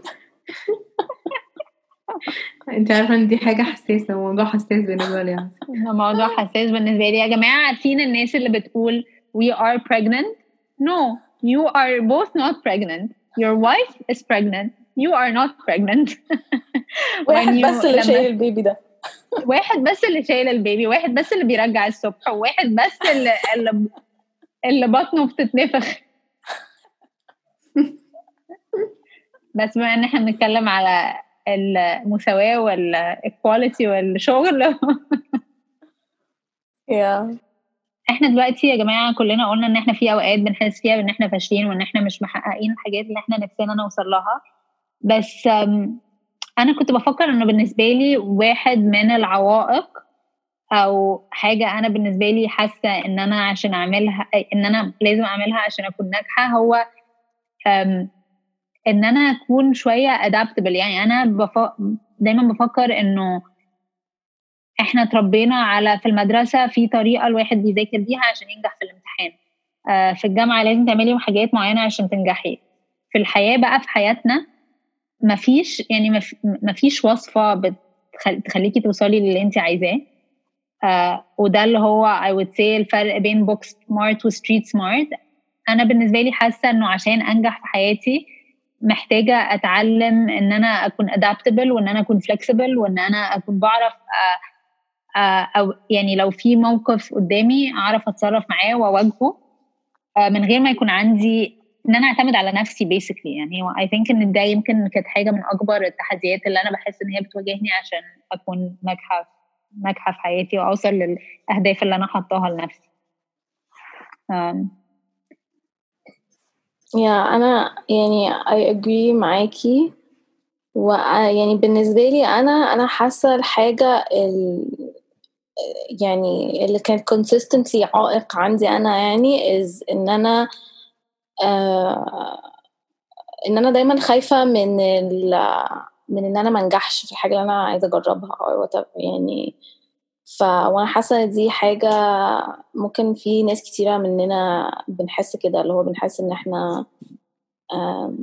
انت عارفه ان دي حاجه حساسه، موضوع حساس بالنسبه لي. موضوع حساس بالنسبه لي يا جماعه. عارفين الناس اللي بتقول we are pregnant؟ no, you are both not pregnant. Your wife is pregnant, you are not pregnant. واحد بس اللي شايل البيبي ده، واحد بس اللي شايل البيبي، واحد بس اللي بيرجع الصبح، وواحد بس اللي اللي, اللي بطنه بتتنفخ. بس بما ان احنا بنتكلم على المساواة والايكواليتي والشغل yeah. احنا دلوقتي يا جماعة كلنا قلنا ان احنا في اوقات بنحس فيها ان احنا فاشلين وان احنا مش محققين الحاجات اللي احنا نفسنا نوصل لها. بس انا كنت بفكر انه بالنسبة لي واحد من العوائق او حاجة انا بالنسبة لي حاسة ان انا عشان اعملها ان انا لازم اعملها عشان اكون ناجحة، هو ان انا اكون شوية adaptable. يعني انا بف... دايما بفكر انه احنا تربينا على في المدرسة في طريقة الواحد بيذاكر بيها عشان ينجح في الامتحان، آه في الجامعة لازم تعملي حاجات معينة عشان تنجحي. في الحياة بقى في حياتنا مفيش يعني مفيش وصفة بتخليكي توصلي للي انت عايزاه. آه وده اللي هو I would say الفرق بين book smart و street smart. انا بالنسبة لي حاسة انه عشان انجح في حياتي محتاجة اتعلم ان انا اكون adaptable وان انا اكون flexible وان انا اكون بعرف آه أو يعني لو في موقف قدامي أعرف أتصرف معاه وأواجهه من غير ما يكون عندي إن أنا أعتمد على نفسي basically. يعني I think إن ده يمكن كانت حاجة من أكبر التحديات اللي أنا بحس إن هي بتواجهني عشان أكون ناجحة ناجحة في حياتي وأوصل للأهداف اللي أنا حطاها لنفسي. يا أنا يعني I agree معاكي. ويعني بالنسبة لي أنا أنا حاسة الحاجة ال يعني اللي كانت consistently عائق عندي أنا يعني is إن أنا آه إن أنا دايما خايفة من ال من إن أنا منجحش في الحاجة اللي أنا عايزة أجربها أو whatever يعني. ف وأنا حاسة إن دي حاجة ممكن في ناس كتيرة مننا بنحس كده، اللي هو بنحس إن إحنا آم،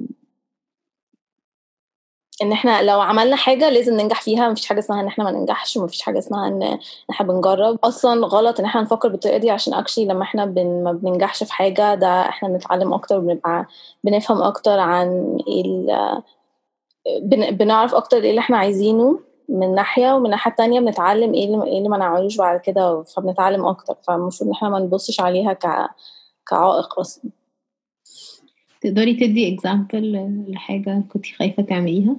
ان احنا لو عملنا حاجة لازم ننجح فيها. مفيش حاجة اسمها ان احنا ما ننجحش، ومفيش حاجة اسمها ان احنا بنجرب. اصلا غلط ان احنا نفكر بالطريقة دي، عشان اكشلي لما احنا بن... ما بننجحش في حاجة ده احنا بنتعلم اكتر وبنبقى بنفهم اكتر عن ايه ال... بن... بنعرف اكتر ايه اللي احنا عايزينه من ناحية، ومن ناحية تانية بنتعلم ايه اللي, إيه اللي ما نعملوش بعد كده، فبنتعلم اكتر. فالمفروض ان احنا ما نبصش عليها ك... كعائق اصلا. تقدري تدي example لحاجة كنت خايفة تعمليها؟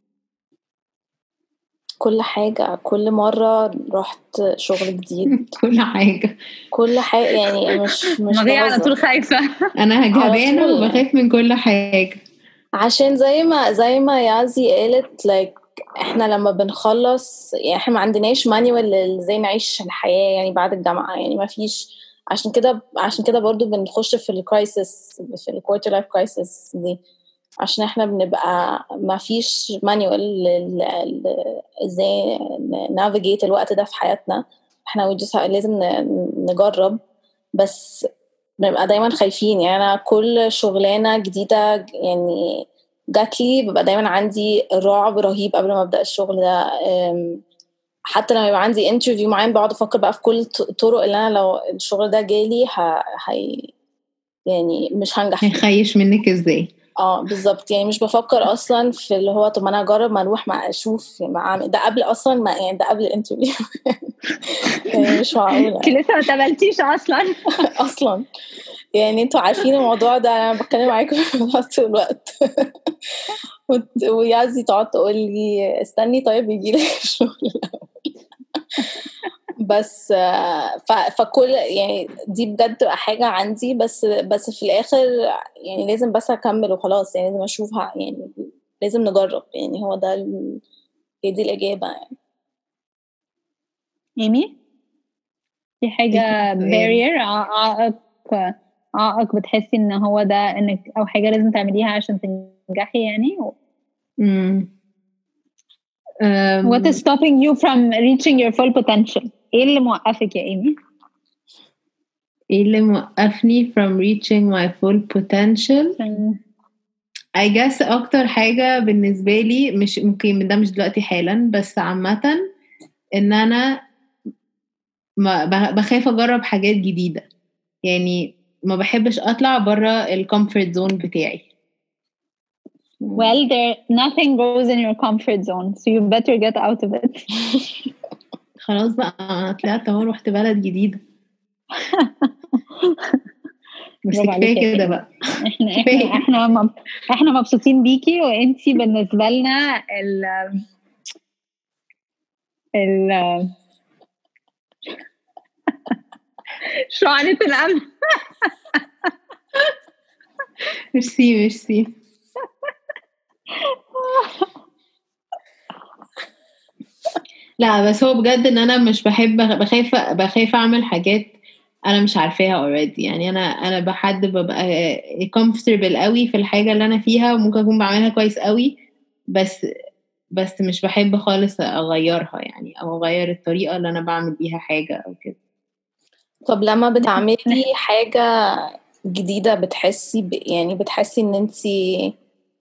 كل حاجة، كل مرة رحت شغل جديد كل حاجة كل حاجة يعني مش مش مغية على بهزر. طول خايفة. أنا على جبانة طول يعني. وبخاف من كل حاجة. عشان زي ما زي ما يازي قالت like احنا لما بنخلص يعني احنا ما عندناش مانيوال ازاي نعيش الحياة يعني بعد الجامعة، يعني ما فيش. عشان كده عشان كده برضو بنخش في الكرايسيس، في الكوارتر لايف كرايسيس دي، عشان احنا بنبقى ما فيش مانيوال ازاي نافيجيت الوقت ده في حياتنا. احنا لازم نجرب، بس بنبقى دايما خايفين. يعني انا كل شغلانه جديده يعني جات لي ببقى دايما عندي رعب رهيب قبل ما ابدا الشغل ده. حتى لما يبقى عندي انترفيو معين بقعد افكر بقى في كل الطرق اللي انا لو الشغل ده جالي ه... هي يعني مش هنجح فيه. هيخيش منك ازاي؟ اه بالظبط. يعني مش بفكر اصلا في اللي هو طب ما انا اجرب ما اروح ما اشوف مع ده قبل اصلا ما يعني ده قبل الانترفيو. يعني مش معقوله انت لسه ما تقبلتيش اصلا. اصلا يعني انتوا عارفين الموضوع ده، انا بتكلم معاكم في طول الوقت. ويازي تقعد تقول لي استني طيب يجي لي الشغل بس ف... فكل يعني دي بجد تبقى حاجة عندي، بس بس في الآخر يعني لازم بس أكمل وخلاص. يعني لازم أشوفها، يعني لازم نجرب. يعني هو ده ال... هي دي الإجابة يعني. إيمي في حاجة barrier عائق عائق بتحسي إن هو ده إنك أو حاجة لازم تعمليها عشان تنجحي يعني؟ امم What is stopping you from reaching your full potential؟ إيه اللي موقفك يا إيمي؟ إيه اللي موقفني from reaching my full potential؟ I guess أكتر حاجة بالنسبة لي مش ممكن ده مش دلوقتي حالا، بس عامة إن أنا ما بخاف أجرب حاجات جديدة. يعني ما بحبش أطلع برا الكومفورت زون بتاعي. Well, there nothing goes in your comfort zone, so you better get out of it. خلاص بقى أنا طلعت أهو رحت بلد جديدة. بس كفاية كده بقى. احنا احنا احنا مب... احنا مبسوطين بيكي، وانتي بالنسبة لنا ال ال شعلة الأمل. ميرسي ميرسي. لا بس هو بجد ان انا مش بحب بخاف بخاف اعمل حاجات انا مش عارفاها already. يعني انا انا بحد ببقى comfortable قوي في الحاجه اللي انا فيها، وممكن اكون بعملها كويس قوي، بس بس مش بحب خالص اغيرها يعني، او اغير الطريقه اللي انا بعمل بيها حاجه او كده. طب لما بتعملي حاجه جديده بتحسي ب... يعني بتحسي ان انتي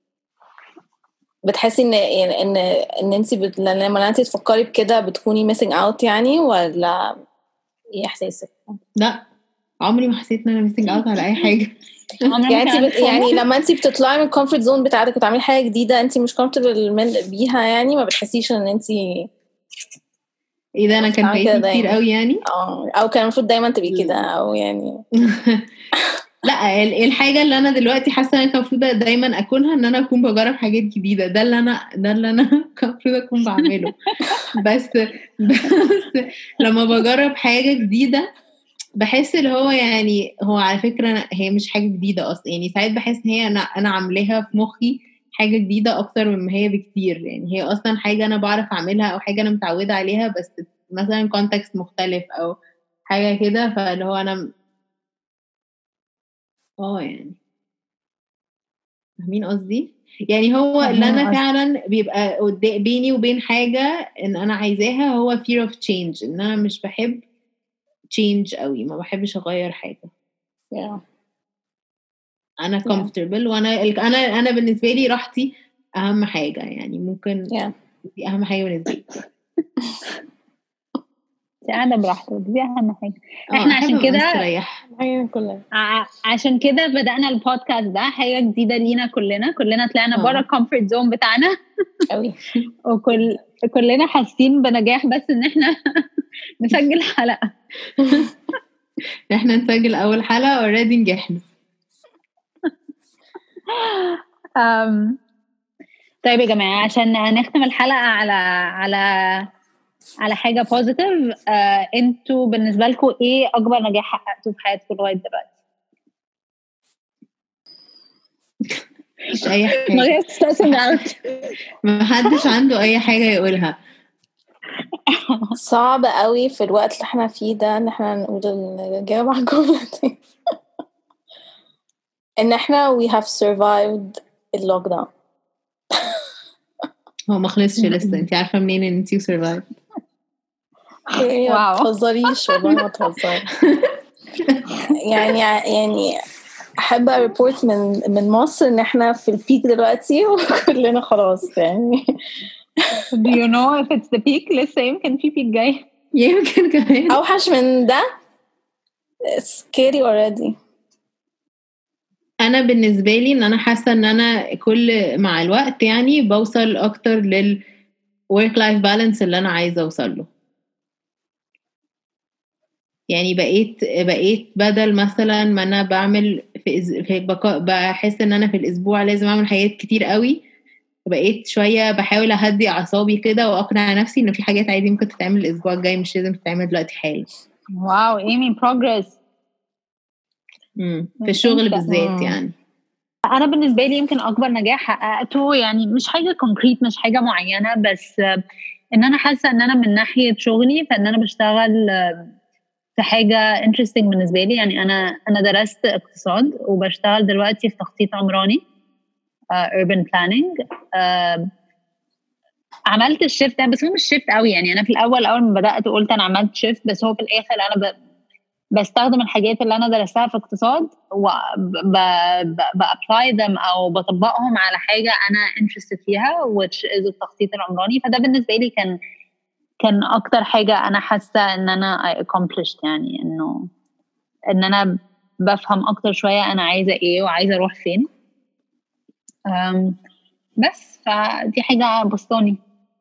بتحسي ان يعني ان ان انت بت... لما انت تفكري بكده بتكوني missing out يعني، ولا ايه احساسك؟ لا عمري ما حسيت ان انا missing out على اي حاجه. يعني انت بت... يعني لما انت بتطلعي من الكومفورت زون بتاعتك وتعملي حاجه جديده انت مش comfortable بيها، يعني ما بتحسيش ان انت ايه ده انا كان فايتني كتير قوي يعني؟ اه او كان المفروض دايما تبقي كده او يعني لا الحاجة اللي أنا دلوقتي حاسة أنا كان المفروض دايما أكونها إن أنا أكون بجرب حاجات جديدة. ده اللي أنا ده اللي أنا كان المفروض أكون بعمله. بس بس لما بجرب حاجة جديدة بحس اللي هو يعني هو على فكرة هي مش حاجة جديدة أصلا، يعني ساعات بحس إن هي أنا أنا عاملاها في مخي حاجة جديدة أكتر مما هي بكتير، يعني هي أصلا حاجة أنا بعرف أعملها أو حاجة أنا متعودة عليها، بس مثلا كونتكست مختلف أو حاجة كده، فاللي هو أنا اه يعني فاهمين قصدي؟ يعني هو اللي فاهمين أنا قصدي. فعلا بيبقى قدا- بيني وبين حاجة إن أنا عايزاها هو fear of change، إن أنا مش بحب change قوي، ما بحبش أغير حاجة. yeah. انا Yeah. comfortable وانا ال- انا انا بالنسبه لي راحتي اهم حاجه، يعني ممكن Yeah. دي اهم حاجه بالنسبه لي. دي قاعدة براحتك، دي أهم حاجة. اه احنا احب عشان ابقى كده مستريح. حاجة كلها ع- عشان كده بدأنا البودكاست ده، حاجة جديدة لينا كلنا كلنا طلعنا اه. بره الكومفورت زون بتاعنا قوي. وكل كلنا حاسين بنجاح بس ان احنا نسجل حلقة. احنا نسجل اول حلقه اوريدي نجحنا. أم، طيب يا جماعة، عشان نختم الحلقة على على على حاجة بوزيتيف، آه، انتوا بالنسبة لكم ايه اكبر نجاح حققتوه في حياتكم لغاية دلوقتي؟ مش اي حاجه، ماريا stressing out. ما حدش عنده اي حاجه يقولها. صعب قوي في الوقت اللي احنا فيه ده ان احنا نقول نجاوب على الجملة دي. ان احنا we have survived اللوك داون. هو ما خلصش لسه، انت عارفه منين ان انتي سرفايف؟ ما واو. تهزريش والله، ما تهزري. يعني يعني احب اريبورت من من مصر ان احنا في البيك دلوقتي وكلنا خلاص يعني. Do you know if it's the peak؟ لسه يمكن في بيك جاي. يمكن كمان اوحش من ده. scary already. انا بالنسبه لي ان انا حاسه ان انا كل مع الوقت يعني بوصل اكتر لل work life balance اللي انا عايزه اوصل له. يعني بقيت بقيت بدل مثلا ما انا بعمل في, إز... في بقا... بحس ان انا في الاسبوع لازم اعمل حاجات كتير قوي، بقيت شويه بحاول اهدي اعصابي كده واقنع نفسي ان في حاجات عادي ممكن تتعمل الاسبوع الجاي، مش لازم تتعمل دلوقتي حالا. واو ايمي بروجرس. امم في الشغل بالذات. يعني انا بالنسبه لي يمكن اكبر نجاح حققته، يعني مش حاجه كونكريت، مش حاجه معينه، بس ان انا حاسه ان انا من ناحيه شغلي فان انا بشتغل في حاجه interesting بالنسبه لي. يعني انا انا درست اقتصاد وبشتغل دلوقتي في تخطيط عمراني، uh, urban planning. uh, عملت الشيفت ده، بس هو مش شيفت قوي. يعني انا في الاول اول ما بدات قلت انا عملت شيفت، بس هو في الاخر انا ب... بستخدم الحاجات اللي انا درستها في اقتصاد وبأبلاي them او بطبقهم على حاجه انا interested فيها which is التخطيط العمراني. فده بالنسبه لي كان كان اكتر حاجه انا حاسه ان انا I accomplished، يعني انه ان انا بفهم اكتر شويه انا عايزه ايه وعايزه اروح فين. أم بس فدي حاجه بسطاني.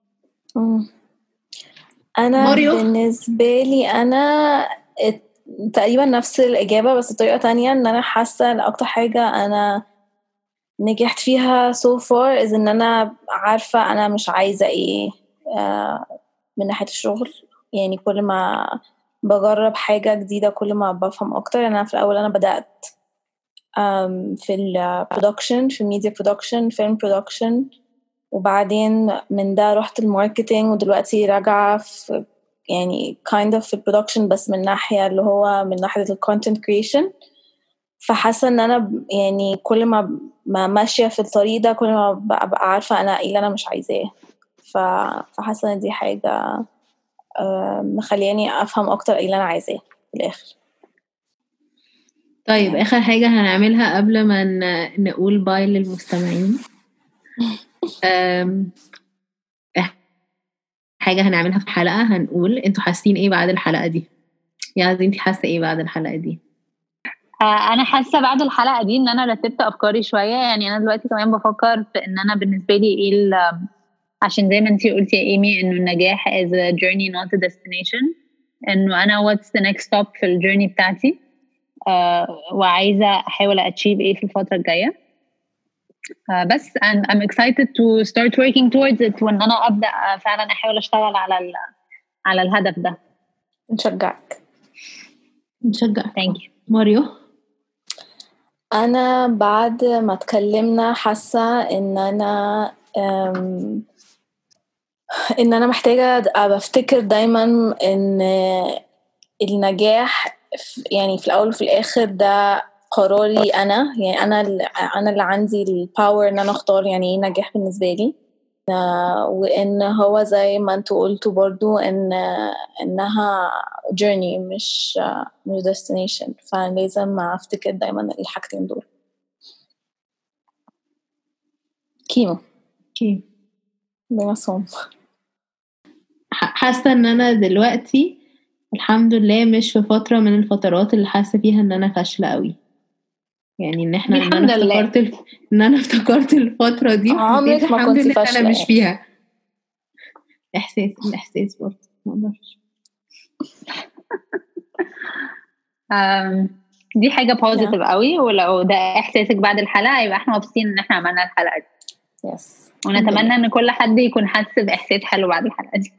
انا ماريو؟ بالنسبه لي انا تقريبا نفس الاجابه بس بطريقه تانية. ان انا حاسه ان اكتر حاجه انا نجحت فيها so far is ان انا عارفه انا مش عايزه ايه من ناحيه الشغل. يعني كل ما بجرب حاجه جديده كل ما بفهم اكتر. انا في الاول انا بدات في البرودكشن، في الميديا برودكشن، فيلم برودكشن، وبعدين من ده رحت الماركتينج، ودلوقتي راجعه في يعني kind of في البرودكشن بس من ناحيه اللي هو من ناحيه الكونتنت كريشن. فحاسه ان انا يعني كل ما ما ماشيه في الطريق ده كل ما ببقى عارفه انا ايه اللي انا مش عايزاه. فحاسه ان دي حاجه مخلياني افهم اكتر ايه اللي انا عايزاه في الاخر. طيب يعني. اخر حاجه هنعملها قبل ما نقول باي للمستمعين حاجه هنعملها في الحلقه، هنقول انتوا حاسين ايه بعد الحلقه دي. يعني انتي حاسه ايه بعد الحلقه دي؟ انا حاسه بعد الحلقه دي ان انا رتبت افكاري شويه. يعني انا دلوقتي كمان بفكر في ان انا بالنسبه لي ايه، عشان زي ما انتي قلتي يا ايمي انه النجاح is a journey not a destination. انه انا what's the next stop في الجيرني بتاعتي، uh, وعايزه احاول اتشيف ايه في الفتره الجايه. uh, بس and I'm excited to start working towards it، وان انا ابدا فعلا احاول اشتغل على على الهدف ده. نشجعك. نشجع. Thank you. ماريو. انا بعد ما اتكلمنا حاسه ان انا أم ان انا محتاجه ابقى افتكر دايما ان النجاح يعني في الاول وفي الاخر ده قراري انا، يعني انا اللي انا اللي عندي الباور ان انا اختار يعني ايه نجاح بالنسبه لي. وان هو زي ما انتوا قلتوا برضو ان انها journey مش مش destination، فلازم افتكر دايما الحاجتين دول. كيمو اوكي. بمصوم حاسه ان انا دلوقتي الحمد لله مش في فتره من الفترات اللي حاسه فيها ان انا فاشله قوي، يعني ان احنا ان انا افتكرت الف... ان انا افتكرت الفتره دي عمرك ما كنت فاشله، انا مش فيها. احساس الاحساس برضه ما اقدرش. دي حاجه بوزيتيف قوي، ولو ده احساسك بعد الحلقه يبقى احنا مبسوطين ان احنا عملنا الحلقه دي. يس. ونتمنى ان كل حد يكون حاسس باحساس حلو بعد الحلقه دي.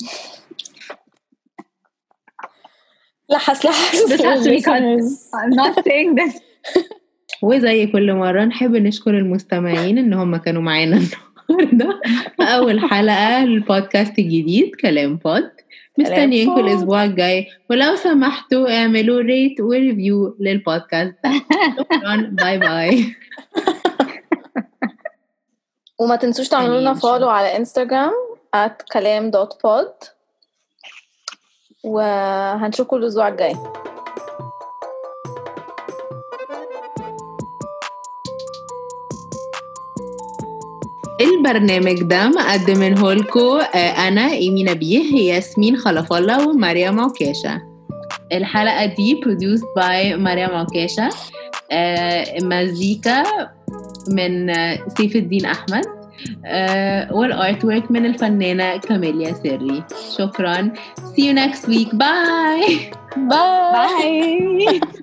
لا حاسه This has to be cut. I'm not saying this. وزي كل مرة نحب نشكر المستمعين إن هم كانوا معانا النهاردة في أول حلقة البودكاست الجديد كلام بود. مستنيينكم الأسبوع الجاي، ولو سمحتوا اعملوا ريت وريفيو للبودكاست ده. شكرا. باي باي. وما تنسوش تعملوا لنا فولو على انستغرام at كلام دوت بود، وهنشوفكم الأسبوع الجاي. البرنامج ده مقدمينه لكم أنا إيمي نبيه، ياسمين خلف الله، ومريم عكاشة. الحلقة دي produced by مريم عكاشة، مزيكا من سيف الدين أحمد، والارت ورك من الفنانة كاميليا سري. شكرا. See you next week. Bye. Bye. Bye.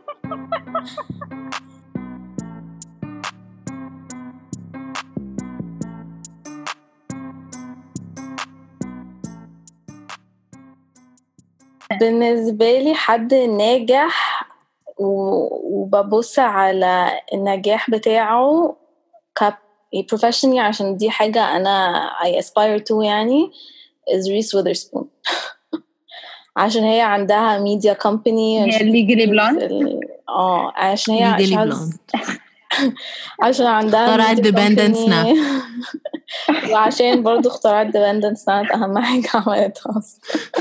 بالنسبة لي حد ناجح وببص على النجاح بتاعه ك professionally عشان دي حاجة أنا I aspire to يعني is Reese Witherspoon. عشان هي عندها media company. هي legally blonde. اه عشان هي legally blonde. عشان عندها اخترعت dependent snap. وعشان برضو اخترعت dependent snap أهم حاجة عملتها.